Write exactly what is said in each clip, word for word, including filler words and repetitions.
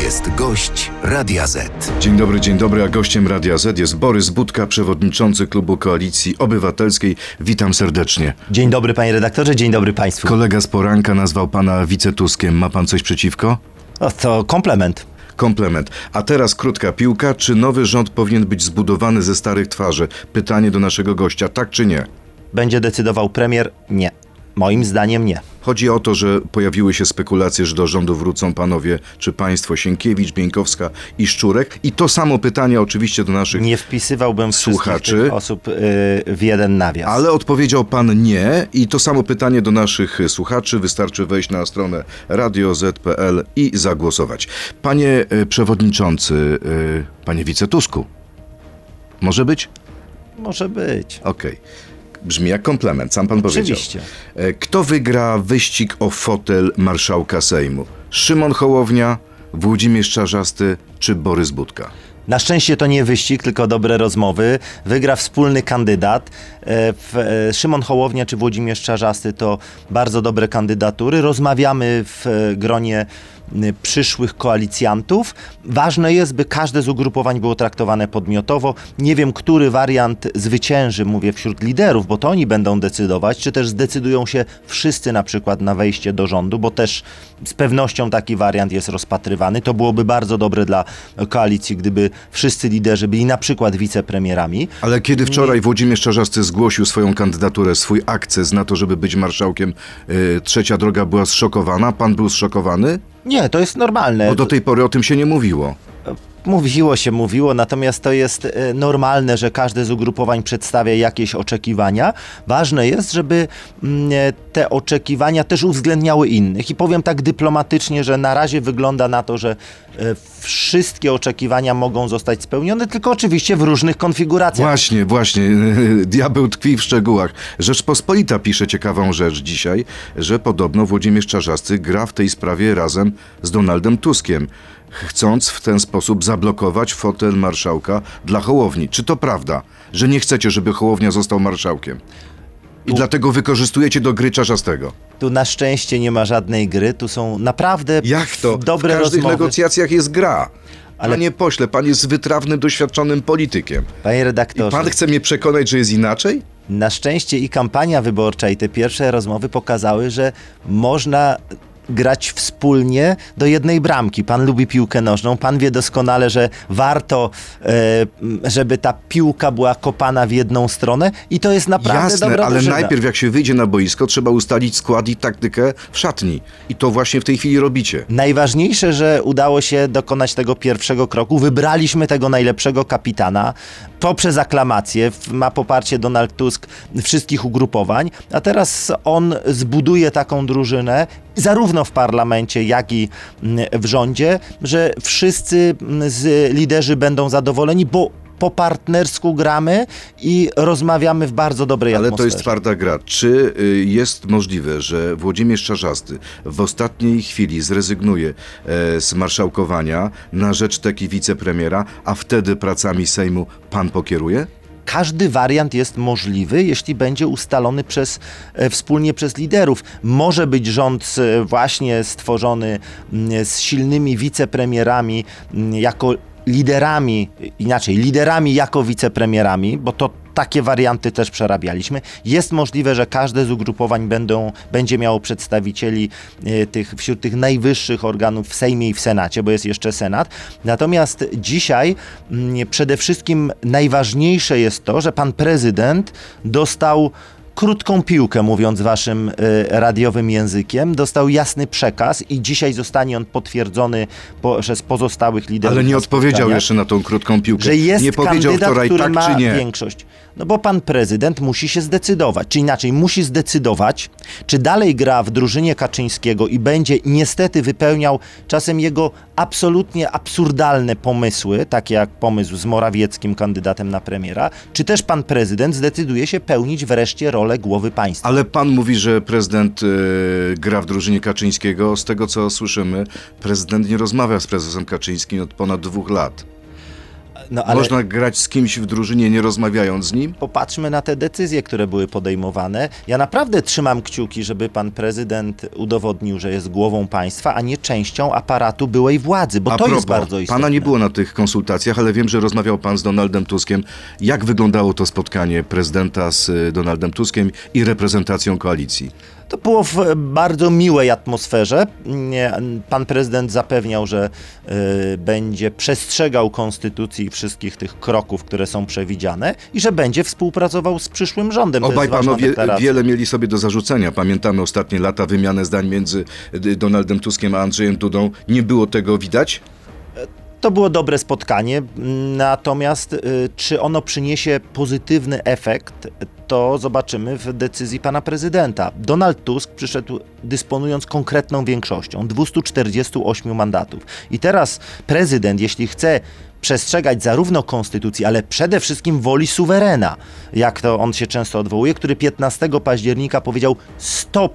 jest gość Radia Z. Dzień dobry, dzień dobry, a gościem Radia Z jest Borys Budka, przewodniczący Klubu Koalicji Obywatelskiej. Witam serdecznie. Dzień dobry, panie redaktorze, dzień dobry państwu. Kolega z poranka nazwał pana wicetuskiem. Ma pan coś przeciwko? O, to komplement. Komplement. A teraz krótka piłka. Czy nowy rząd powinien być zbudowany ze starych twarzy? Pytanie do naszego gościa, tak czy nie? Będzie decydował premier? Nie. Moim zdaniem nie. Chodzi o to, że pojawiły się spekulacje, że do rządu wrócą panowie, czy państwo Sienkiewicz, Bieńkowska i Szczurek. I to samo pytanie oczywiście do naszych Nie wpisywałbym słuchaczy. wszystkich tych osób yy, w jeden nawias. Ale odpowiedział pan nie i to samo pytanie do naszych słuchaczy. Wystarczy wejść na stronę radio zet kropka pe el i zagłosować. Panie y, przewodniczący, y, panie wicetusku, może być? Może być. Okej. Okay. Brzmi jak komplement, sam pan powiedział. Oczywiście. Kto wygra wyścig o fotel marszałka Sejmu? Szymon Hołownia, Włodzimierz Czarzasty czy Borys Budka? Na szczęście to nie wyścig, tylko dobre rozmowy. Wygra wspólny kandydat. Szymon Hołownia czy Włodzimierz Czarzasty to bardzo dobre kandydatury. Rozmawiamy w gronie przyszłych koalicjantów. Ważne jest, by każde z ugrupowań było traktowane podmiotowo. Nie wiem, który wariant zwycięży, mówię, wśród liderów, bo to oni będą decydować, czy też zdecydują się wszyscy na przykład na wejście do rządu, bo też z pewnością taki wariant jest rozpatrywany. To byłoby bardzo dobre dla koalicji, gdyby wszyscy liderzy byli na przykład wicepremierami. Ale kiedy wczoraj Włodzimierz Czarzasty zgłosił swoją kandydaturę, swój akces na to, żeby być marszałkiem, yy, Trzecia Droga była zszokowana. Pan był zszokowany? Nie, to jest normalne. Bo do tej pory o tym się nie mówiło. Mówiło się, mówiło, natomiast to jest normalne, że każde z ugrupowań przedstawia jakieś oczekiwania. Ważne jest, żeby te oczekiwania też uwzględniały innych. I powiem tak dyplomatycznie, że na razie wygląda na to, że wszystkie oczekiwania mogą zostać spełnione, tylko oczywiście w różnych konfiguracjach. Właśnie, właśnie. Diabeł tkwi w szczegółach. Rzeczpospolita pisze ciekawą rzecz dzisiaj, że podobno Włodzimierz Czarzasty gra w tej sprawie razem z Donaldem Tuskiem, chcąc w ten sposób zablokować fotel marszałka dla Hołowni. Czy to prawda, że nie chcecie, żeby Hołownia został marszałkiem? I tu, dlatego wykorzystujecie do gry Czarzastego? Tu na szczęście nie ma żadnej gry, tu są naprawdę Jak to? dobre w każdych rozmowy. negocjacjach jest gra. Ale... Panie pośle, pan jest wytrawnym, doświadczonym politykiem. Panie redaktorze. I pan chce mnie przekonać, że jest inaczej? Na szczęście i kampania wyborcza, i te pierwsze rozmowy pokazały, że można grać wspólnie do jednej bramki. Pan lubi piłkę nożną, pan wie doskonale, że warto, e, żeby ta piłka była kopana w jedną stronę i to jest naprawdę Jasne, dobra ale drużyna. najpierw jak się wyjdzie na boisko, trzeba ustalić skład i taktykę w szatni. I to właśnie w tej chwili robicie. Najważniejsze, że udało się dokonać tego pierwszego kroku. Wybraliśmy tego najlepszego kapitana poprzez aklamację. Ma poparcie Donald Tusk wszystkich ugrupowań, a teraz on zbuduje taką drużynę zarówno w parlamencie, jak i w rządzie, że wszyscy z liderzy będą zadowoleni, bo po partnersku gramy i rozmawiamy w bardzo dobrej Ale atmosferze. to jest twarda gra. Czy jest możliwe, że Włodzimierz Czarzasty w ostatniej chwili zrezygnuje z marszałkowania na rzecz teki wicepremiera, a wtedy pracami Sejmu pan pokieruje? Każdy wariant jest możliwy, jeśli będzie ustalony przez, e, wspólnie przez liderów. Może być rząd e, właśnie stworzony m, z silnymi wicepremierami m, jako liderami, inaczej, liderami jako wicepremierami, bo to takie warianty też przerabialiśmy. Jest możliwe, że każde z ugrupowań będą, będzie miało przedstawicieli e, tych, wśród tych najwyższych organów w Sejmie i w Senacie, bo jest jeszcze Senat. Natomiast dzisiaj m, przede wszystkim najważniejsze jest to, że pan prezydent dostał krótką piłkę, mówiąc waszym y, radiowym językiem, dostał jasny przekaz i dzisiaj zostanie on potwierdzony po, przez pozostałych liderów. Ale nie odpowiedział jeszcze na tą krótką piłkę. Że jest nie powiedział kandydat, wczoraj który tak ma czy nie. większość. No bo pan prezydent musi się zdecydować, czy inaczej musi zdecydować, czy dalej gra w drużynie Kaczyńskiego i będzie niestety wypełniał czasem jego absolutnie absurdalne pomysły, takie jak pomysł z Morawieckim, kandydatem na premiera, czy też pan prezydent zdecyduje się pełnić wreszcie rolę głowy państwa. Ale pan mówi, że prezydent yy, gra w drużynie Kaczyńskiego. Z tego co słyszymy, prezydent nie rozmawia z prezesem Kaczyńskim od ponad dwóch lat. No, ale Można grać z kimś w drużynie, nie rozmawiając z nim? popatrzmy na te decyzje, które były podejmowane. Ja naprawdę trzymam kciuki, żeby pan prezydent udowodnił, że jest głową państwa, a nie częścią aparatu byłej władzy, bo A to propos, jest bardzo istotne. pana nie było na tych konsultacjach, ale wiem, że rozmawiał pan z Donaldem Tuskiem. Jak wyglądało to spotkanie prezydenta z y, Donaldem Tuskiem i reprezentacją koalicji? To było w bardzo miłej atmosferze. Nie, Pan prezydent zapewniał, że y, będzie przestrzegał konstytucji i wszystkich tych kroków, które są przewidziane i że będzie współpracował z przyszłym rządem. To Obaj jest ważna panowie deklaracja. wiele mieli sobie do zarzucenia. Pamiętamy ostatnie lata, wymianę zdań między y, Donaldem Tuskiem a Andrzejem Dudą. Nie było tego widać? To było dobre spotkanie, natomiast y, czy ono przyniesie pozytywny efekt, to zobaczymy w decyzji pana prezydenta. Donald Tusk przyszedł dysponując konkretną większością, dwieście czterdzieści osiem mandatów. I teraz prezydent, jeśli chce przestrzegać zarówno konstytucji, ale przede wszystkim woli suwerena, jak to on się często odwołuje, który piętnastego października powiedział stop.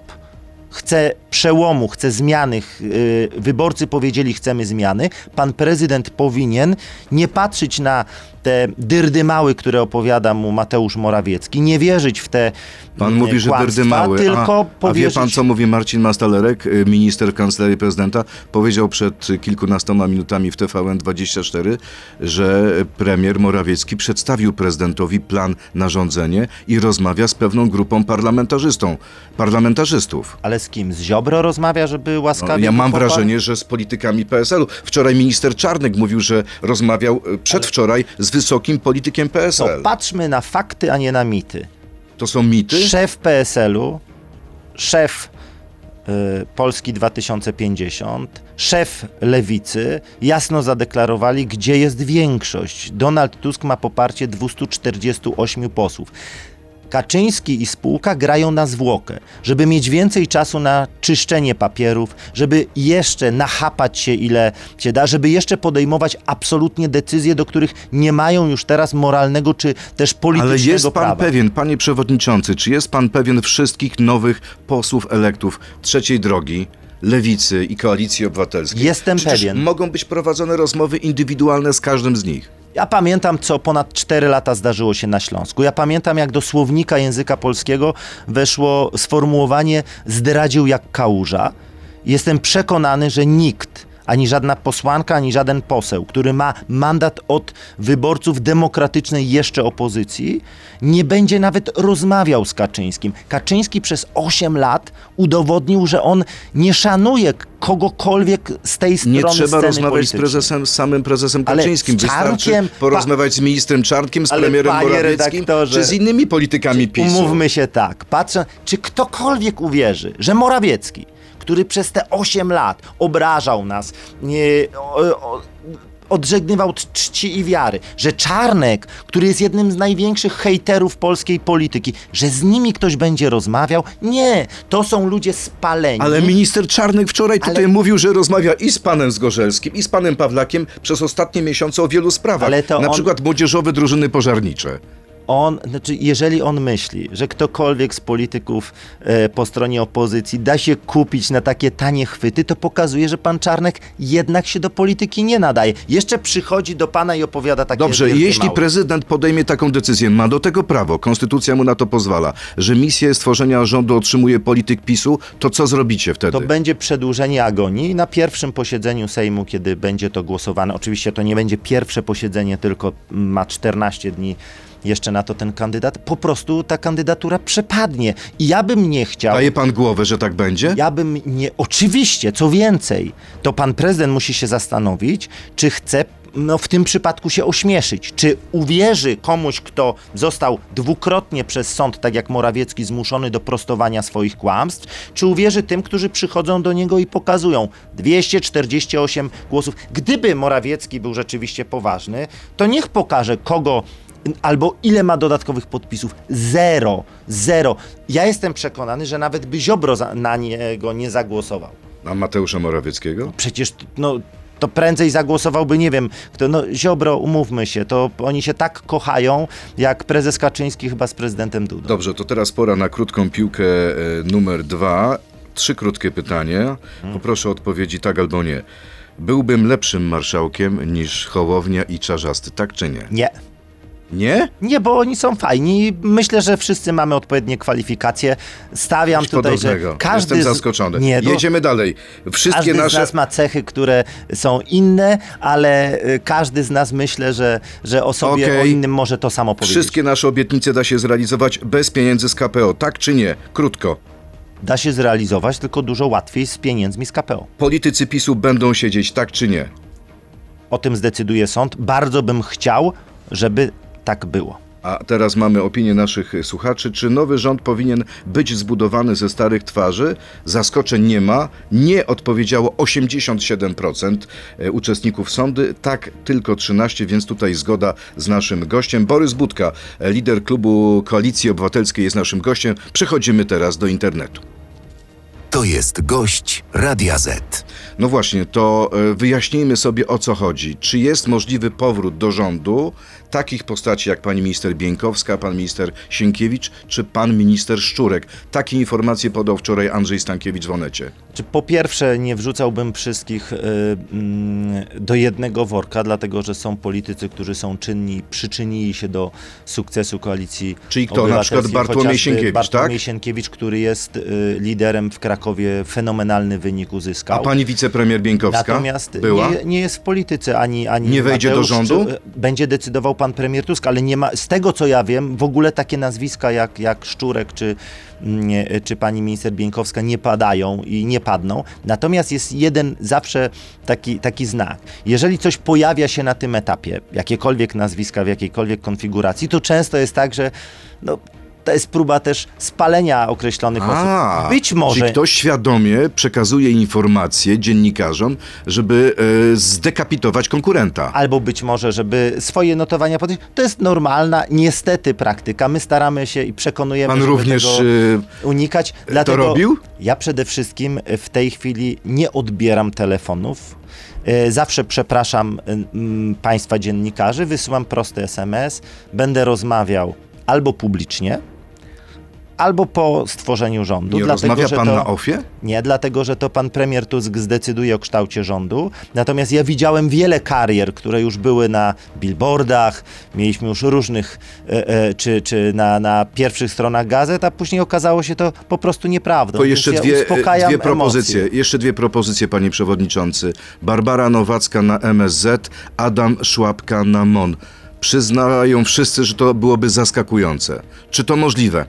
Chce przełomu, chce zmiany, yy, wyborcy powiedzieli chcemy zmiany, pan prezydent powinien nie patrzeć na te dyrdymały, które opowiada mu Mateusz Morawiecki, nie wierzyć w te Pan mówi, że kłamstwa, dyrdymały, tylko a, a wie powierzyć... pan, co mówi Marcin Mastalerek, y, minister Kancelarii Prezydenta? Powiedział przed kilkunastoma minutami w T V N dwadzieścia cztery, że premier Morawiecki przedstawił prezydentowi plan na rządzenie i rozmawia z pewną grupą parlamentarzystą, parlamentarzystów. Ale z kim? Z Ziobro rozmawia, żeby No, łaskawie... ja mam poparł? wrażenie, że z politykami P S L u. Wczoraj minister Czarnek mówił, że rozmawiał y, przedwczoraj z wysokim politykiem P S L. To patrzmy na fakty, a nie na mity. To są mity? Szef P S L u, szef y, Polski dwa tysiące pięćdziesiąt, szef Lewicy jasno zadeklarowali, gdzie jest większość. Donald Tusk ma poparcie dwieście czterdzieści osiem posłów. Kaczyński i spółka grają na zwłokę, żeby mieć więcej czasu na czyszczenie papierów, żeby jeszcze nachapać się ile się da, żeby jeszcze podejmować absolutnie decyzje, do których nie mają już teraz moralnego czy też politycznego Ale jest pan prawa. pewien, panie przewodniczący, czy jest pan pewien wszystkich nowych posłów elektów Trzeciej Drogi, Lewicy i Koalicji Obywatelskiej? Jestem Przecież pewien. mogą być prowadzone rozmowy indywidualne z każdym z nich. Ja pamiętam, co ponad cztery lata zdarzyło się na Śląsku. Ja pamiętam, jak do słownika języka polskiego weszło sformułowanie zdradził jak kałuża. Jestem przekonany, że nikt, ani żadna posłanka, ani żaden poseł, który ma mandat od wyborców demokratycznej jeszcze opozycji, nie będzie nawet rozmawiał z Kaczyńskim. Kaczyński przez osiem lat udowodnił, że on nie szanuje kogokolwiek z tej strony Nie trzeba sceny rozmawiać z politycznej. prezesem, z samym prezesem Ale Kaczyńskim. z Czarnkiem- Wystarczy porozmawiać z ministrem Czarnkiem, z Ale premierem panie Morawieckim, redaktorze, czy z innymi politykami PiSu. Umówmy się tak, patrzę, czy ktokolwiek uwierzy, że Morawiecki, który przez te osiem lat obrażał nas, nie, o, o, odżegnywał czci i wiary, że Czarnek, który jest jednym z największych hejterów polskiej polityki, że z nimi ktoś będzie rozmawiał? Nie, to są ludzie spaleni. Ale minister Czarnek wczoraj Ale- tutaj mówił, że rozmawia i z panem Zgorzelskim, i z panem Pawlakiem przez ostatnie miesiące o wielu sprawach. Ale to Na on- przykład młodzieżowe drużyny pożarnicze. On, znaczy jeżeli on myśli, że ktokolwiek z polityków e, po stronie opozycji da się kupić na takie tanie chwyty, to pokazuje, że pan Czarnek jednak się do polityki nie nadaje. Jeszcze przychodzi do pana i opowiada takie Dobrze, wielkie jeśli mały. prezydent podejmie taką decyzję, ma do tego prawo, konstytucja mu na to pozwala, że misję stworzenia rządu otrzymuje polityk PiSu, to co zrobicie wtedy? To będzie przedłużenie agonii. Na pierwszym posiedzeniu Sejmu, kiedy będzie to głosowane, oczywiście to nie będzie pierwsze posiedzenie, tylko ma czternaście dni jeszcze na to ten kandydat, po prostu ta kandydatura przepadnie. I ja bym nie chciał... Daje pan głowę, że tak będzie? Ja bym nie... Oczywiście, co więcej, to pan prezydent musi się zastanowić, czy chce no, w tym przypadku się ośmieszyć. Czy uwierzy komuś, kto został dwukrotnie przez sąd, tak jak Morawiecki, zmuszony do prostowania swoich kłamstw, czy uwierzy tym, którzy przychodzą do niego i pokazują dwieście czterdzieści osiem głosów. Gdyby Morawiecki był rzeczywiście poważny, to niech pokaże, kogo albo ile ma dodatkowych podpisów. Zero. Zero. Ja jestem przekonany, że nawet by Ziobro za, na niego nie zagłosował. A Mateusza Morawieckiego? Przecież no, to prędzej zagłosowałby, nie wiem, kto, no Ziobro, umówmy się, to oni się tak kochają, jak prezes Kaczyński chyba z prezydentem Dudą. Dobrze, to teraz pora na krótką piłkę e, numer dwa. Trzy krótkie pytania. Poproszę o odpowiedzi tak albo nie. byłbym lepszym marszałkiem niż Hołownia i Czarzasty, tak czy nie? Nie. Nie? Nie, bo oni są fajni. Myślę, że wszyscy mamy odpowiednie kwalifikacje. Stawiam Coś tutaj, podobnego. że każdy Jestem z- zaskoczony. Nie, no, Jedziemy dalej. Wszystkie każdy nasze... z nas ma cechy, które są inne, ale y, każdy z nas myślę, że, że o sobie, Okej. o innym może to samo powiedzieć. Wszystkie nasze obietnice da się zrealizować bez pieniędzy z K P O, tak czy nie? Krótko. Da się zrealizować, tylko dużo łatwiej z pieniędzmi z K P O. Politycy PiSu będą siedzieć, tak czy nie? O tym zdecyduje sąd. Bardzo bym chciał, żeby tak było. A teraz mamy opinię naszych słuchaczy. Czy nowy rząd powinien być zbudowany ze starych twarzy? Zaskoczeń nie ma. Nie odpowiedziało osiemdziesiąt siedem procent uczestników sądy, tak tylko trzynaście procent, więc tutaj zgoda z naszym gościem. Borys Budka, lider klubu Koalicji Obywatelskiej, jest naszym gościem. Przechodzimy teraz do internetu. To jest gość Radia Z. No właśnie, to e, wyjaśnijmy sobie, o co chodzi. Czy jest możliwy powrót do rządu takich postaci jak pani minister Bieńkowska, pan minister Sienkiewicz czy pan minister Szczurek? Takie informacje podał wczoraj Andrzej Stankiewicz w Onecie. Czy po pierwsze nie wrzucałbym wszystkich y, mm, do jednego worka, dlatego że są politycy, którzy są czynni, przyczynili się do sukcesu koalicji Czyli kto? Na obywatelskiej, przykład Bartłomiej chociażby Sienkiewicz, Bartłomiej tak? Sienkiewicz, który jest y, liderem w Krakowie, fenomenalny wynik uzyskał. A pani wicepremier Bieńkowska Natomiast była? nie, nie jest w polityce ani, ani Nie wejdzie do Mateusz, rządu? Czy, będzie decydował pan premier Tusk, ale nie ma, z tego co ja wiem, w ogóle takie nazwiska jak, jak Szczurek czy, nie, czy pani minister Bieńkowska nie padają i nie padną. Natomiast jest jeden zawsze taki, taki znak. Jeżeli coś pojawia się na tym etapie, jakiekolwiek nazwiska w jakiejkolwiek konfiguracji, to często jest tak, że no, to jest próba też spalenia określonych A, osób. Być może... Czyli ktoś świadomie przekazuje informacje dziennikarzom, żeby e, zdekapitować konkurenta. Albo być może, żeby swoje notowania podnieść. To jest normalna, niestety, praktyka. My staramy się i przekonujemy, Pan żeby również tego e, unikać. to Dlatego robił? ja przede wszystkim w tej chwili nie odbieram telefonów. E, Zawsze przepraszam m, państwa dziennikarzy, wysyłam prosty es em es, będę rozmawiał albo publicznie, albo po stworzeniu rządu. Nie dlatego, rozmawia że pan to... na ofie? Nie, dlatego, że to pan premier Tusk zdecyduje o kształcie rządu. Natomiast ja widziałem wiele karier, które już były na billboardach, mieliśmy już różnych, e, e, czy, czy na, na pierwszych stronach gazet, a później okazało się to po prostu nieprawdą. To Więc jeszcze ja dwie, uspokajam dwie propozycje. emocje. Jeszcze dwie propozycje, panie przewodniczący. Barbara Nowacka na em es zet, Adam Szłapka na M O N. Przyznają wszyscy, że to byłoby zaskakujące. Czy to możliwe?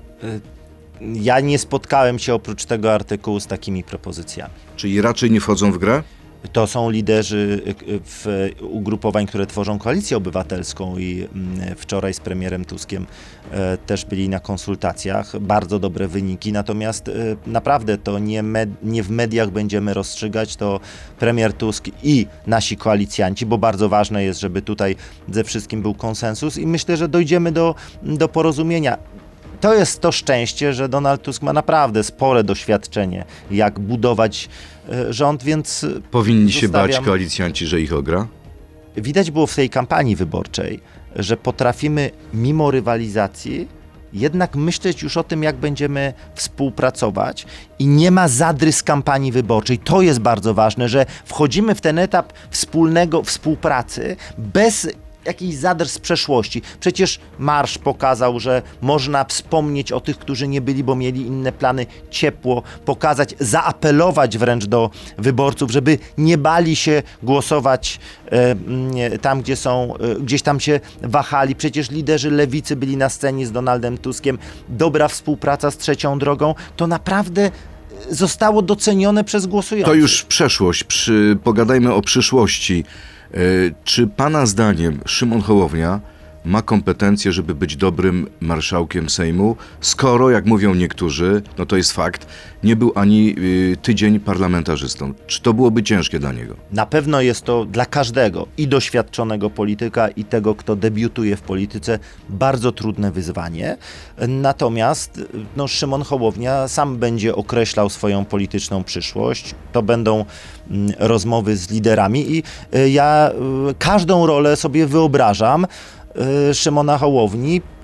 Ja nie spotkałem się oprócz tego artykułu z takimi propozycjami. Czyli raczej nie wchodzą w grę? To są liderzy w ugrupowań, które tworzą Koalicję Obywatelską i mm, wczoraj z premierem Tuskiem e, też byli na konsultacjach. Bardzo dobre wyniki, natomiast e, naprawdę to nie, med, nie w mediach będziemy rozstrzygać, to premier Tusk i nasi koalicjanci, bo bardzo ważne jest, żeby tutaj ze wszystkim był konsensus i myślę, że dojdziemy do, do porozumienia. To jest to szczęście, że Donald Tusk ma naprawdę spore doświadczenie, jak budować e, rząd, więc Powinni się bać zostawiam- koalicjanci, że ich ogra? Widać było w tej kampanii wyborczej, że potrafimy mimo rywalizacji jednak myśleć już o tym, jak będziemy współpracować i nie ma zadrys kampanii wyborczej. To jest bardzo ważne, że wchodzimy w ten etap wspólnego współpracy bez jakiś zadrz z przeszłości. Przecież marsz pokazał, że można wspomnieć o tych, którzy nie byli, bo mieli inne plany, ciepło pokazać, zaapelować wręcz do wyborców, żeby nie bali się głosować e, nie, tam, gdzie są, e, gdzieś tam się wahali. Przecież liderzy lewicy byli na scenie z Donaldem Tuskiem. Dobra współpraca z Trzecią Drogą. To naprawdę zostało docenione przez głosujących. To już przeszłość. Przy, pogadajmy o przyszłości. E, czy pana zdaniem Szymon Hołownia ma kompetencje, żeby być dobrym marszałkiem Sejmu, skoro, jak mówią niektórzy, no to jest fakt, nie był ani y, tydzień parlamentarzystą? Czy to byłoby ciężkie dla niego? Na pewno jest to dla każdego i doświadczonego polityka, i tego, kto debiutuje w polityce, bardzo trudne wyzwanie. Natomiast no, Szymon Hołownia sam będzie określał swoją polityczną przyszłość. To będą mm, rozmowy z liderami i y, ja y, każdą rolę sobie wyobrażam y, Szymona Hołowni i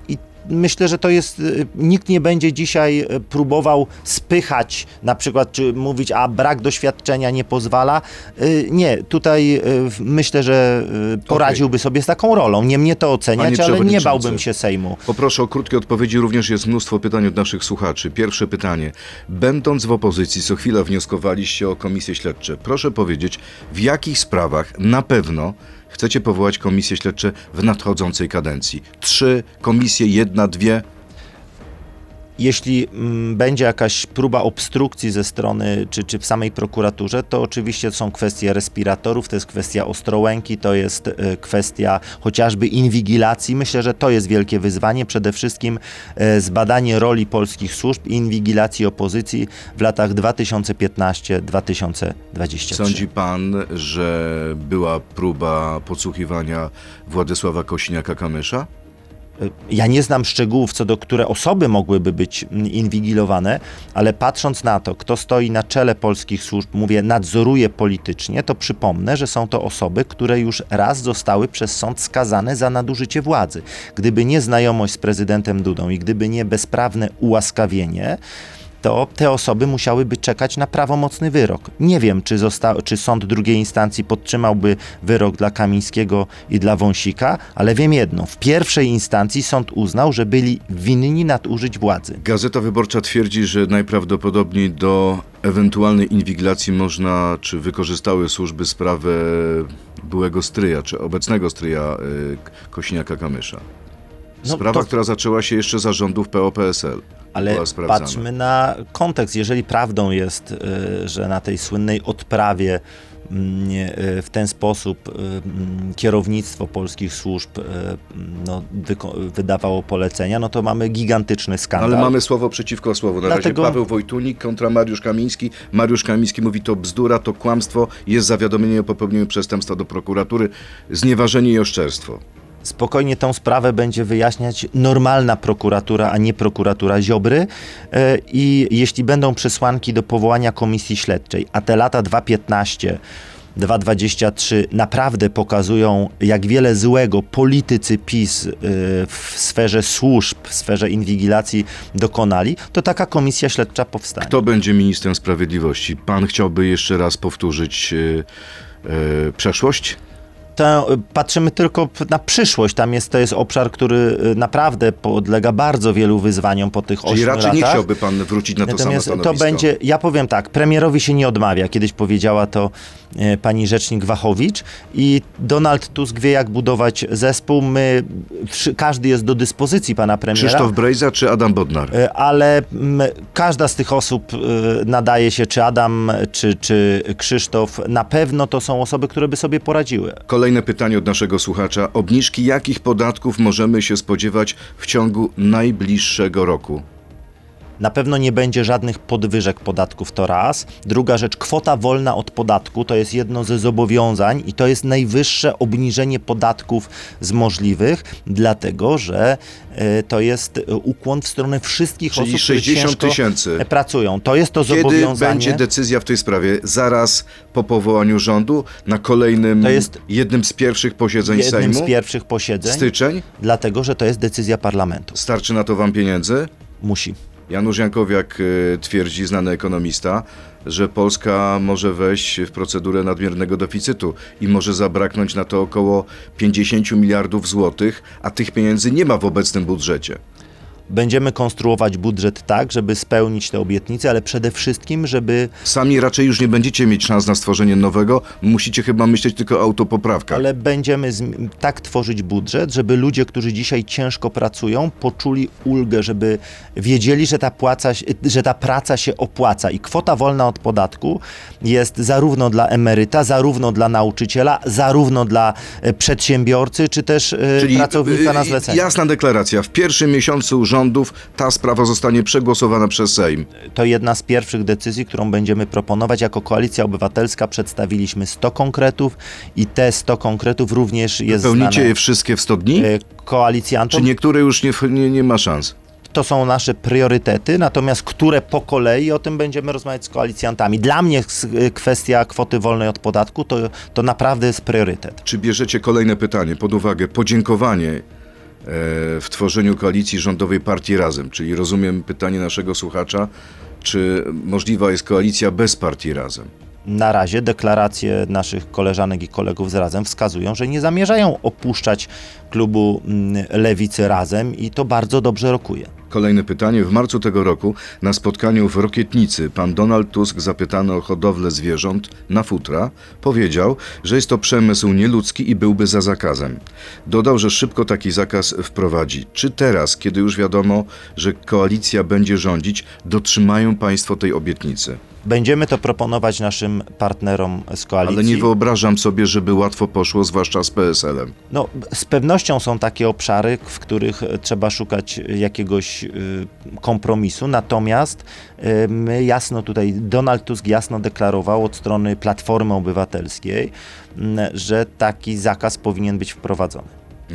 myślę, że to jest, nikt nie będzie dzisiaj próbował spychać, na przykład, czy mówić, a brak doświadczenia nie pozwala. Nie, tutaj myślę, że poradziłby okay. sobie z taką rolą. Nie mnie to oceniać, ale nie bałbym się Sejmu. Poproszę o krótkie odpowiedzi, również jest mnóstwo pytań od naszych słuchaczy. Pierwsze pytanie. Będąc w opozycji, co chwila wnioskowaliście o komisje śledcze. Proszę powiedzieć, w jakich sprawach na pewno chcecie powołać komisje śledcze w nadchodzącej kadencji? Trzy komisje, jedna, dwie? Jeśli m, będzie jakaś próba obstrukcji ze strony, czy, czy w samej prokuraturze, to oczywiście są kwestie respiratorów, to jest kwestia Ostrołęki, to jest y, kwestia chociażby inwigilacji. Myślę, że to jest wielkie wyzwanie. Przede wszystkim y, zbadanie roli polskich służb i inwigilacji opozycji w latach dwa tysiące piętnasty do dwa tysiące dwudziestego trzeciego. Sądzi pan, że była próba podsłuchiwania Władysława Kosiniaka-Kamysza? Ja nie znam szczegółów, co do które osoby mogłyby być inwigilowane, ale patrząc na to, kto stoi na czele polskich służb, mówię, nadzoruje politycznie, to przypomnę, że są to osoby, które już raz zostały przez sąd skazane za nadużycie władzy. Gdyby nie znajomość z prezydentem Dudą i gdyby nie bezprawne ułaskawienie, to te osoby musiałyby czekać na prawomocny wyrok. Nie wiem, czy, zosta- czy sąd drugiej instancji podtrzymałby wyrok dla Kamińskiego i dla Wąsika, ale wiem jedno, w pierwszej instancji sąd uznał, że byli winni nadużyć władzy. Gazeta Wyborcza twierdzi, że najprawdopodobniej do ewentualnej inwigilacji można, czy wykorzystały służby sprawę byłego stryja, czy obecnego stryja y, Kosiniaka-Kamysza. Sprawa, no to... która zaczęła się jeszcze za rządów P O P S L. Ale patrzmy na kontekst. Jeżeli prawdą jest, że na tej słynnej odprawie w ten sposób kierownictwo polskich służb no, wydawało polecenia, no to mamy gigantyczny skandal. Ale mamy słowo przeciwko słowu. Na Dlatego... razie Paweł Wojtunik kontra Mariusz Kamiński. Mariusz Kamiński mówi, to bzdura, to kłamstwo, jest zawiadomienie o popełnieniu przestępstwa do prokuratury, znieważenie i oszczerstwo. Spokojnie tą sprawę będzie wyjaśniać normalna prokuratura, a nie prokuratura Ziobry. I jeśli będą przesłanki do powołania komisji śledczej, a te lata dwa tysiące piętnasty do dwa tysiące dwudziestego trzeciego naprawdę pokazują, jak wiele złego politycy PiS w sferze służb, w sferze inwigilacji dokonali, to taka komisja śledcza powstanie. Kto będzie ministrem sprawiedliwości? Pan chciałby jeszcze raz powtórzyć yy, yy, przeszłość? To patrzymy tylko na przyszłość. Tam jest, to jest obszar, który naprawdę podlega bardzo wielu wyzwaniom po tych ośmiu latach. Czyli raczej nie chciałby pan wrócić na to Natomiast samo stanowisko? To będzie, ja powiem tak, premierowi się nie odmawia. Kiedyś powiedziała to e, pani rzecznik Wachowicz i Donald Tusk wie, jak budować zespół. My, wszy, każdy jest do dyspozycji pana premiera. Krzysztof Brejza czy Adam Bodnar? E, ale m, każda z tych osób e, nadaje się, czy Adam, czy, czy Krzysztof. Na pewno to są osoby, które by sobie poradziły. Kolejne pytanie od naszego słuchacza. Obniżki jakich podatków możemy się spodziewać w ciągu najbliższego roku? Na pewno nie będzie żadnych podwyżek podatków, to raz. Druga rzecz, kwota wolna od podatku to jest jedno ze zobowiązań i to jest najwyższe obniżenie podatków z możliwych, dlatego że y, to jest ukłon w stronę wszystkich Czyli osób, które sześćdziesiąt tysięcy pracują. To jest to Kiedy zobowiązanie. Kiedy będzie decyzja w tej sprawie? Zaraz po powołaniu rządu? Na kolejnym, to jest jednym z pierwszych posiedzeń jednym Sejmu? z pierwszych posiedzeń. Styczeń? Dlatego, że to jest decyzja parlamentu. Starczy na to wam pieniędzy? Musi. Janusz Jankowiak y, twierdzi, znany ekonomista, że Polska może wejść w procedurę nadmiernego deficytu i może zabraknąć na to około pięćdziesiąt miliardów złotych, a tych pieniędzy nie ma w obecnym budżecie. Będziemy konstruować budżet tak, żeby spełnić te obietnice, ale przede wszystkim, żeby... Sami raczej już nie będziecie mieć szans na stworzenie nowego, musicie chyba myśleć tylko o autopoprawkach. Ale będziemy z... tak tworzyć budżet, żeby ludzie, którzy dzisiaj ciężko pracują, poczuli ulgę, żeby wiedzieli, że ta, płaca, że ta praca się opłaca i kwota wolna od podatku jest zarówno dla emeryta, zarówno dla nauczyciela, zarówno dla przedsiębiorcy, czy też Czyli pracownika na zlecenie. Jasna deklaracja. W pierwszym miesiącu rządów ta sprawa zostanie przegłosowana przez Sejm. To jedna z pierwszych decyzji, którą będziemy proponować. Jako Koalicja Obywatelska przedstawiliśmy sto konkretów i te sto konkretów również jest Wypełnicie znane je wszystkie w sto dni? Koalicjantom. Czy niektóre już nie, nie, nie ma szans? To są nasze priorytety, natomiast które po kolei, o tym będziemy rozmawiać z koalicjantami. Dla mnie kwestia kwoty wolnej od podatku to, to naprawdę jest priorytet. Czy bierzecie kolejne pytanie pod uwagę, podziękowanie w tworzeniu koalicji rządowej partii Razem. Czyli rozumiem pytanie naszego słuchacza, czy możliwa jest koalicja bez partii Razem? Na razie deklaracje naszych koleżanek i kolegów z Razem wskazują, że nie zamierzają opuszczać klubu Lewicy Razem i to bardzo dobrze rokuje. Kolejne pytanie. W marcu tego roku na spotkaniu w Rokietnicy pan Donald Tusk, zapytany o hodowlę zwierząt na futra, powiedział, że jest to przemysł nieludzki i byłby za zakazem. Dodał, że szybko taki zakaz wprowadzi. Czy teraz, kiedy już wiadomo, że koalicja będzie rządzić, dotrzymają państwo tej obietnicy? Będziemy to proponować naszym partnerom z koalicji. Ale nie wyobrażam sobie, żeby łatwo poszło, zwłaszcza z P S L-em. No, z pewnością są takie obszary, w których trzeba szukać jakiegoś y, kompromisu, natomiast y, my jasno tutaj, Donald Tusk jasno deklarował od strony Platformy Obywatelskiej, y, że taki zakaz powinien być wprowadzony.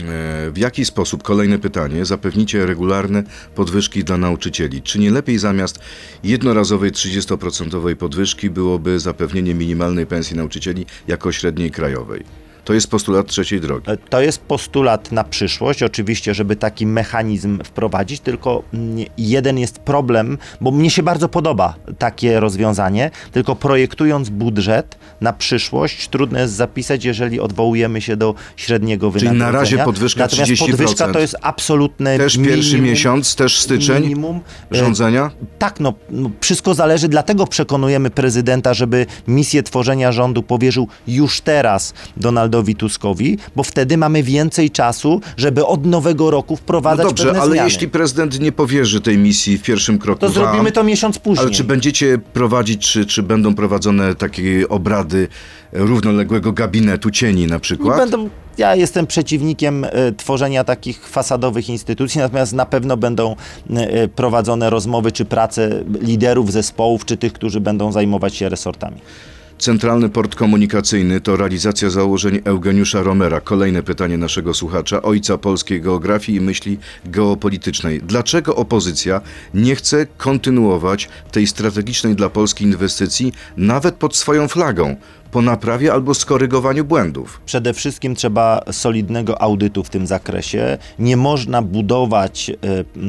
W jaki sposób, kolejne pytanie, zapewnicie regularne podwyżki dla nauczycieli? Czy nie lepiej zamiast jednorazowej trzydziestoprocentowej podwyżki byłoby zapewnienie minimalnej pensji nauczycieli jako średniej krajowej? To jest postulat trzeciej drogi. To jest postulat na przyszłość, oczywiście, żeby taki mechanizm wprowadzić, tylko jeden jest problem, bo mnie się bardzo podoba takie rozwiązanie, tylko projektując budżet na przyszłość, trudno jest zapisać, jeżeli odwołujemy się do średniego wynagrodzenia. Czyli na razie podwyżka Natomiast trzydzieści procent. podwyżka to jest absolutne Też minimum. pierwszy miesiąc, też styczeń minimum rządzenia? Tak, no, no wszystko zależy, dlatego przekonujemy prezydenta, żeby misję tworzenia rządu powierzył już teraz Donaldowi Tuskowi, bo wtedy mamy więcej czasu, żeby od nowego roku wprowadzać no dobrze, pewne ale zmiany. jeśli prezydent nie powierzy tej misji w pierwszym kroku to wam, zrobimy to miesiąc później. Ale czy będziecie prowadzić, czy, czy będą prowadzone takie obrady równoległego gabinetu cieni na przykład? Nie będą, ja jestem przeciwnikiem y, tworzenia takich fasadowych instytucji, natomiast na pewno będą y, prowadzone rozmowy czy prace liderów zespołów, czy tych, którzy będą zajmować się resortami. Centralny Port Komunikacyjny to realizacja założeń Eugeniusza Romera. Kolejne pytanie naszego słuchacza, ojca polskiej geografii i myśli geopolitycznej. Dlaczego opozycja nie chce kontynuować tej strategicznej dla Polski inwestycji nawet pod swoją flagą, po naprawie albo skorygowaniu błędów? Przede wszystkim trzeba solidnego audytu w tym zakresie. Nie można budować e,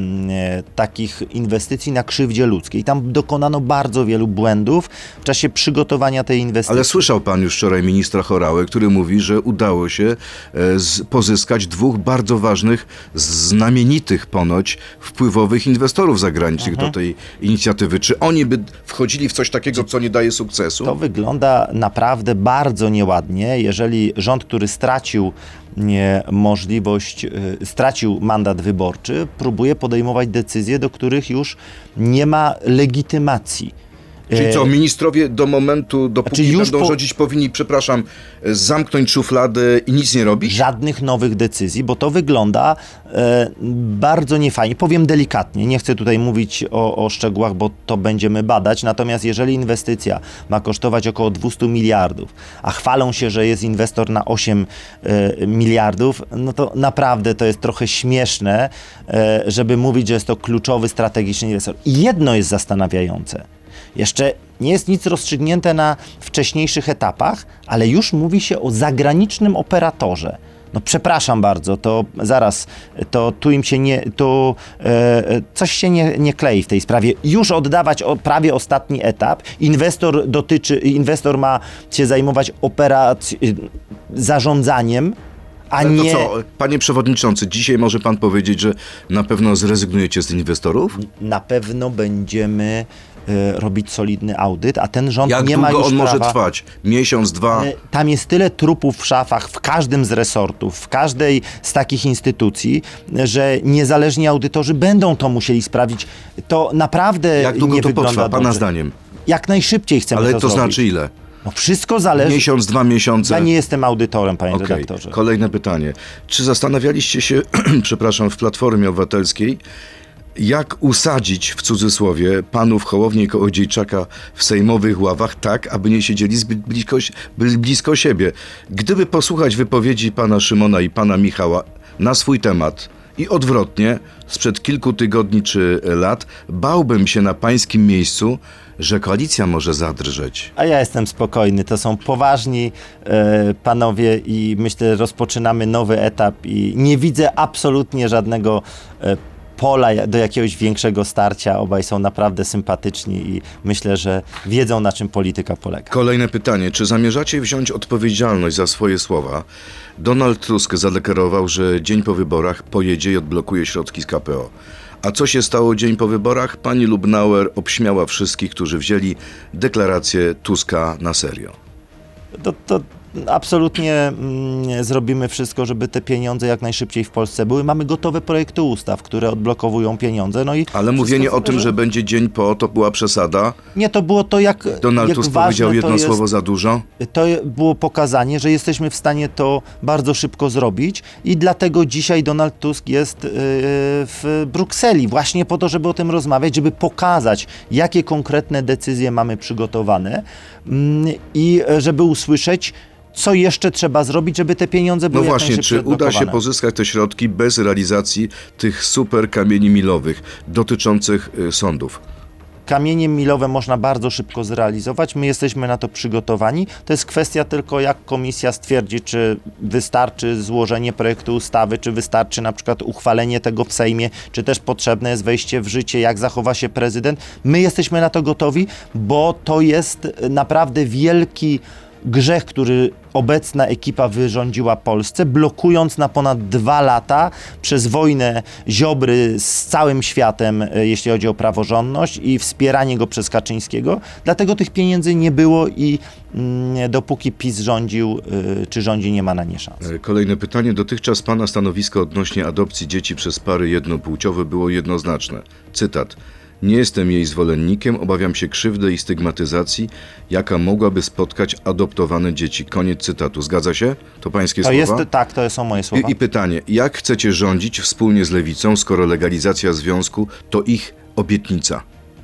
e, takich inwestycji na krzywdzie ludzkiej. Tam dokonano bardzo wielu błędów w czasie przygotowania tej inwestycji. Ale słyszał pan już wczoraj ministra Horałę, który mówi, że udało się e, z, pozyskać dwóch bardzo ważnych, znamienitych ponoć wpływowych inwestorów zagranicznych Mhm. do tej inicjatywy. Czy oni by wchodzili w coś takiego, co nie daje sukcesu? To wygląda naprawdę bardzo nieładnie, jeżeli rząd, który stracił nie, możliwość, y, stracił mandat wyborczy, próbuje podejmować decyzje, do których już nie ma legitymacji. Czyli co, ministrowie do momentu, dopóki Znaczy już będą po- rządzić, powinni, przepraszam, zamknąć szufladę i nic nie robić? Żadnych nowych decyzji, bo to wygląda e, bardzo niefajnie. Powiem delikatnie, nie chcę tutaj mówić o, o szczegółach, bo to będziemy badać, natomiast jeżeli inwestycja ma kosztować około dwieście miliardów, a chwalą się, że jest inwestor na osiem e, miliardów, no to naprawdę to jest trochę śmieszne, e, żeby mówić, że jest to kluczowy, strategiczny inwestor. I jedno jest zastanawiające. Jeszcze nie jest nic rozstrzygnięte na wcześniejszych etapach, ale już mówi się o zagranicznym operatorze. No przepraszam bardzo, to zaraz, to tu im się nie, to e, coś się nie, nie klei w tej sprawie. Już oddawać o, prawie ostatni etap. Inwestor dotyczy, inwestor ma się zajmować operacją, zarządzaniem, a Ale to nie... co, panie przewodniczący, dzisiaj może pan powiedzieć, że na pewno zrezygnujecie z inwestorów? Na pewno będziemy e, robić solidny audyt, a ten rząd Jak nie ma długo już on może prawa... trwać? Miesiąc, dwa? Ale tam jest tyle trupów w szafach, w każdym z resortów, w każdej z takich instytucji, że niezależni audytorzy będą to musieli sprawdzić. To naprawdę Jak długo nie to wygląda potrwa, pana dobrze. zdaniem? Jak najszybciej chcemy Ale to, to zrobić. znaczy ile? No wszystko zależy. Miesiąc, dwa miesiące? Ja nie jestem audytorem, panie Okej. redaktorze. Kolejne pytanie. Czy zastanawialiście się, przepraszam, w Platformie Obywatelskiej, jak usadzić, w cudzysłowie, panów Hołownię i Kołodziejczaka w sejmowych ławach tak, aby nie siedzieli zbyt blisko, byli blisko siebie? Gdyby posłuchać wypowiedzi pana Szymona i pana Michała na swój temat i odwrotnie, sprzed kilku tygodni czy lat, bałbym się na pańskim miejscu, że koalicja może zadrżeć. A ja jestem spokojny. To są poważni e, panowie i myślę, rozpoczynamy nowy etap i nie widzę absolutnie żadnego e, pola do jakiegoś większego starcia. Obaj są naprawdę sympatyczni i myślę, że wiedzą, na czym polityka polega. Kolejne pytanie. Czy zamierzacie wziąć odpowiedzialność za swoje słowa? Donald Tusk zadeklarował, że dzień po wyborach pojedzie i odblokuje środki z K P O. A co się stało dzień po wyborach? Pani Lubnauer obśmiała wszystkich, którzy wzięli deklarację Tuska na serio. To, to absolutnie mm, zrobimy wszystko, żeby te pieniądze jak najszybciej w Polsce były. Mamy gotowe projekty ustaw, które odblokowują pieniądze. No i Ale mówienie o tym, że będzie dzień po, to była przesada? Nie, to było to, jak Donald jak Tusk ważne powiedział jedno to jest, słowo za dużo? To było pokazanie, że jesteśmy w stanie to bardzo szybko zrobić i dlatego dzisiaj Donald Tusk jest yy, w Brukseli właśnie po to, żeby o tym rozmawiać, żeby pokazać, jakie konkretne decyzje mamy przygotowane yy, i żeby usłyszeć, co jeszcze trzeba zrobić, żeby te pieniądze były No jak właśnie, czy uda się pozyskać te środki bez realizacji tych super kamieni milowych dotyczących y, sądów? Kamienie milowe można bardzo szybko zrealizować. My jesteśmy na to przygotowani. To jest kwestia tylko, jak komisja stwierdzi, czy wystarczy złożenie projektu ustawy, czy wystarczy na przykład uchwalenie tego w Sejmie, czy też potrzebne jest wejście w życie, jak zachowa się prezydent. My jesteśmy na to gotowi, bo to jest naprawdę wielki grzech, który obecna ekipa wyrządziła Polsce, blokując na ponad dwa lata przez wojnę Ziobry z całym światem, jeśli chodzi o praworządność i wspieranie go przez Kaczyńskiego. Dlatego tych pieniędzy nie było i mm, dopóki PiS rządził, y, czy rządzi, nie ma na nie szans. Kolejne pytanie. Dotychczas pana stanowisko odnośnie adopcji dzieci przez pary jednopłciowe było jednoznaczne. Cytat. Nie jestem jej zwolennikiem, obawiam się krzywdy i stygmatyzacji, jaka mogłaby spotkać adoptowane dzieci. Koniec cytatu. Zgadza się? To pańskie To słowa? jest, tak, to są moje słowa. I, I pytanie, jak chcecie rządzić wspólnie z Lewicą, skoro legalizacja związku to ich obietnica?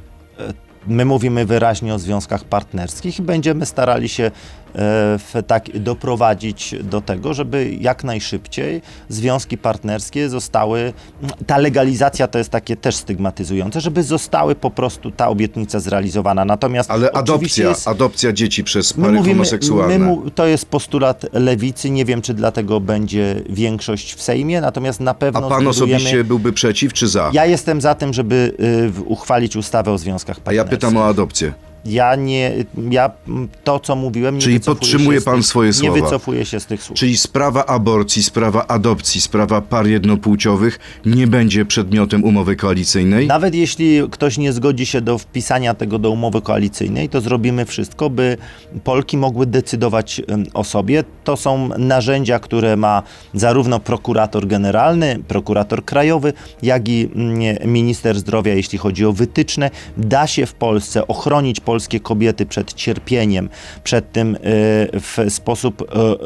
My mówimy wyraźnie o związkach partnerskich i będziemy starali się w, tak, doprowadzić do tego, żeby jak najszybciej związki partnerskie zostały, ta legalizacja to jest takie też stygmatyzujące, żeby zostały po prostu ta obietnica zrealizowana. Natomiast Ale adopcja, jest, adopcja dzieci przez pary my mówimy, homoseksualne. My mu, to jest postulat Lewicy, nie wiem, czy dlatego będzie większość w Sejmie, natomiast na pewno A pan osobiście byłby przeciw czy za? Ja jestem za tym, żeby y, uchwalić ustawę o związkach A partnerskich. ja pytam o adopcję. Ja nie, ja to co mówiłem, nie Czyli wycofuję podtrzymuje się z pan tych, swoje nie słowa. Nie wycofuję się z tych słów. Czyli sprawa aborcji, sprawa adopcji, sprawa par jednopłciowych nie będzie przedmiotem umowy koalicyjnej? Nawet jeśli ktoś nie zgodzi się do wpisania tego do umowy koalicyjnej, to zrobimy wszystko, by Polki mogły decydować o sobie. To są narzędzia, które ma zarówno prokurator generalny, prokurator krajowy, jak i minister zdrowia, jeśli chodzi o wytyczne. Da się w Polsce ochronić polskie kobiety przed cierpieniem, przed tym y, w sposób, y,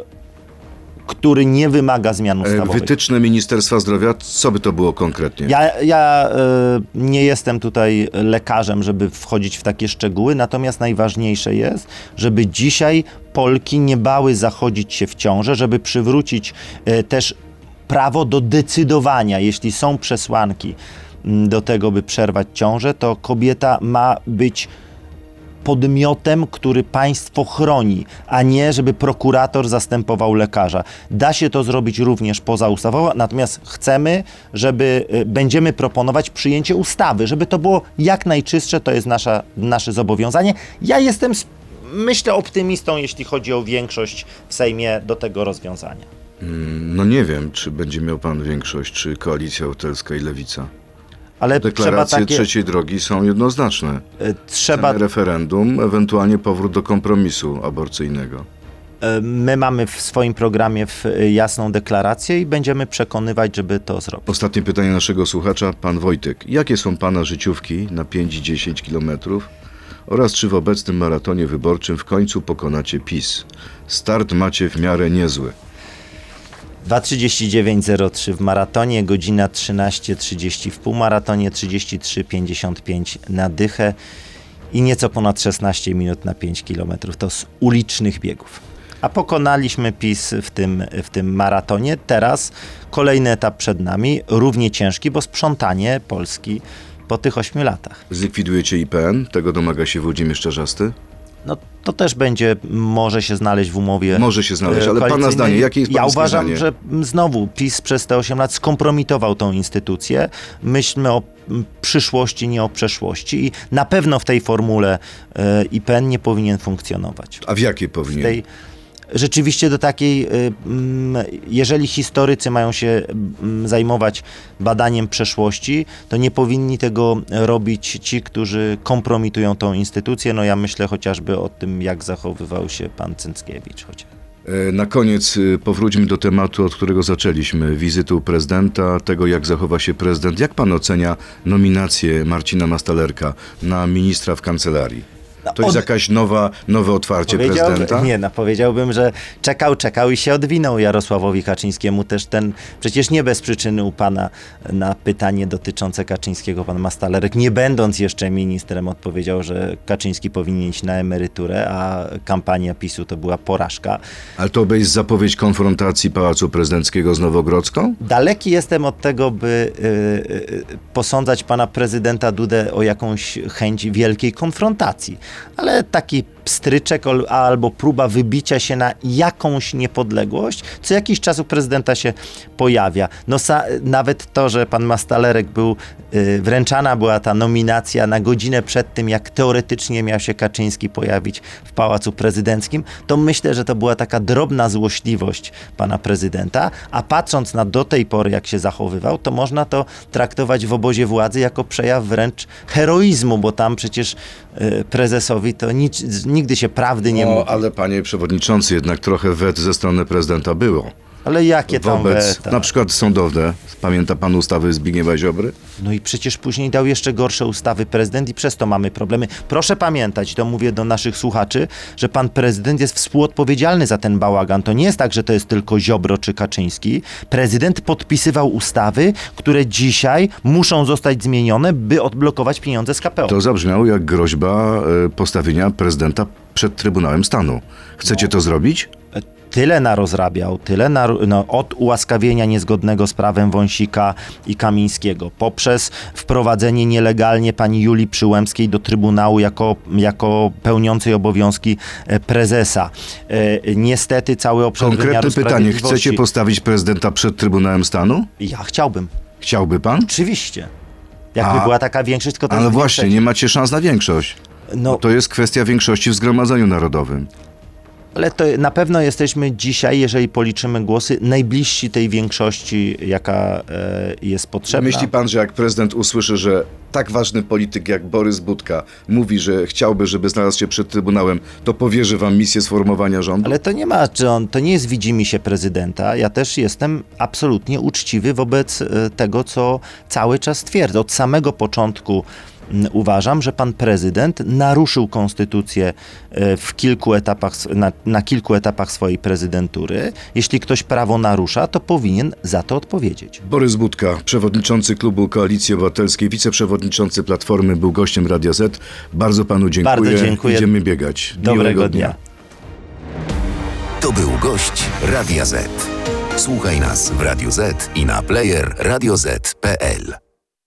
który nie wymaga zmian ustawowych. Wytyczne Ministerstwa Zdrowia, co by to było konkretnie? Ja, ja y, nie jestem tutaj lekarzem, żeby wchodzić w takie szczegóły, natomiast najważniejsze jest, żeby dzisiaj Polki nie bały zachodzić się w ciążę, żeby przywrócić y, też prawo do decydowania, jeśli są przesłanki do tego, by przerwać ciążę, to kobieta ma być podmiotem, który państwo chroni, a nie żeby prokurator zastępował lekarza. Da się to zrobić również pozaustawowo, natomiast chcemy, żeby, będziemy proponować przyjęcie ustawy, żeby to było jak najczystsze, to jest nasza, nasze zobowiązanie. Ja jestem, myślę, optymistą, jeśli chodzi o większość w Sejmie do tego rozwiązania. No nie wiem, czy będzie miał pan większość, czy Koalicja Obywatelska i Lewica. Ale Deklaracje trzeba takie, trzeciej drogi są jednoznaczne. Trzeba Chcemy referendum, ewentualnie powrót do kompromisu aborcyjnego. My mamy w swoim programie jasną deklarację i będziemy przekonywać, żeby to zrobić. Ostatnie pytanie naszego słuchacza, pan Wojtek. Jakie są pana życiówki na pięć i dziesięć kilometrów? Oraz czy w obecnym maratonie wyborczym w końcu pokonacie PiS? Start macie w miarę niezły. dwa trzydzieści dziewięć zero trzy w maratonie, godzina trzynaście trzydzieści w półmaratonie, trzydzieści trzy pięćdziesiąt pięć na dychę i nieco ponad szesnaście minut na pięć kilometrów. To z ulicznych biegów. A pokonaliśmy PiS w tym, w tym maratonie. Teraz kolejny etap przed nami, równie ciężki, bo sprzątanie Polski po tych ośmiu latach. Zlikwidujecie I P N? Tego domaga się Włodzimierz Czarzasty? No to też będzie, może się znaleźć w umowie Może się znaleźć, ale pana koalicyjnej. zdanie, jakie jest Ja pańskie uważam, zdanie? że znowu PiS przez te osiem lat skompromitował tą instytucję. Myślmy o przyszłości, nie o przeszłości i na pewno w tej formule e, I P N nie powinien funkcjonować. A w jakiej powinien? Tej, rzeczywiście do takiej, jeżeli historycy mają się zajmować badaniem przeszłości, to nie powinni tego robić ci, którzy kompromitują tą instytucję. No ja myślę chociażby o tym, jak zachowywał się pan Cęckiewicz chociażby. Na koniec powróćmy do tematu, od którego zaczęliśmy. Wizyty u prezydenta, tego jak zachowa się prezydent. Jak pan ocenia nominację Marcina Mastalerka na ministra w kancelarii? To jest Od- jakaś nowa, nowe otwarcie prezydenta? Nie, no powiedziałbym, że czekał, czekał i się odwinął Jarosławowi Kaczyńskiemu. Też ten, przecież nie bez przyczyny u pana na pytanie dotyczące Kaczyńskiego pan Mastalerek, nie będąc jeszcze ministrem, odpowiedział, że Kaczyński powinien iść na emeryturę, a kampania PiSu to była porażka. Ale to jest zapowiedź konfrontacji Pałacu Prezydenckiego z Nowogrodzką? Daleki jestem od tego, by y, y, posądzać pana prezydenta Dudę o jakąś chęć wielkiej konfrontacji. Ale taki pstryczek ol- albo próba wybicia się na jakąś niepodległość, co jakiś czas u prezydenta się pojawia. No sa- nawet to, że pan Mastalerek był, y, wręczana była ta nominacja na godzinę przed tym, jak teoretycznie miał się Kaczyński pojawić w Pałacu Prezydenckim, to myślę, że to była taka drobna złośliwość pana prezydenta, a patrząc na do tej pory, jak się zachowywał, to można to traktować w obozie władzy jako przejaw wręcz heroizmu, bo tam przecież y, prezesowi to nic, nigdy się prawdy nie mówi. No, ale panie przewodniczący, jednak trochę wet ze strony prezydenta było. Ale jakie tam Wobec, weta? na przykład sądowne. Pamięta pan ustawy Zbigniewa Ziobry? No i przecież później dał jeszcze gorsze ustawy prezydent i przez to mamy problemy. Proszę pamiętać, to mówię do naszych słuchaczy, że pan prezydent jest współodpowiedzialny za ten bałagan. To nie jest tak, że to jest tylko Ziobro czy Kaczyński. Prezydent podpisywał ustawy, które dzisiaj muszą zostać zmienione, by odblokować pieniądze z K P O. To zabrzmiało jak groźba e, postawienia prezydenta przed Trybunałem Stanu. Chcecie to zrobić? Tyle narozrabiał, tyle nar- no, od ułaskawienia niezgodnego z prawem Wąsika i Kamińskiego, poprzez wprowadzenie nielegalnie pani Julii Przyłębskiej do Trybunału jako, jako pełniącej obowiązki e, prezesa. E, niestety cały obszar Konkretne wymiaru pytanie. sprawiedliwości- Chcecie postawić prezydenta przed Trybunałem Stanu? Ja chciałbym, Chciałby pan? oczywiście. Jakby A, była taka większość, tylko to Ale jest właśnie, większość. nie macie szans na większość. No, To jest kwestia większości w Zgromadzeniu Narodowym. ale to na pewno jesteśmy dzisiaj, jeżeli policzymy głosy, najbliżsi tej większości, jaka e, jest potrzebna. Myśli pan, że jak prezydent usłyszy, że tak ważny polityk jak Borys Budka mówi, że chciałby, żeby znalazł się przed Trybunałem, to powierzy wam misję sformowania rządu? Ale to nie ma, czy on, to nie jest widzimisię prezydenta. Ja też jestem absolutnie uczciwy wobec e, tego, co cały czas twierdzę. Od samego początku m, uważam, że pan prezydent naruszył konstytucję e, w kilku etapach, s- na, na kilku etapach swojej prezydentury. Jeśli ktoś prawo narusza, to powinien za to odpowiedzieć. Borys Budka, przewodniczący klubu Koalicji Obywatelskiej, wiceprzewodniczący Platformy, był gościem Radia Z. Bardzo panu dziękuję. Bardzo dziękuję. Idziemy biegać. Dobrego Miłego dnia. To był gość Radia Z. Słuchaj nas w Radio Z i na player radio zet kropka pe el.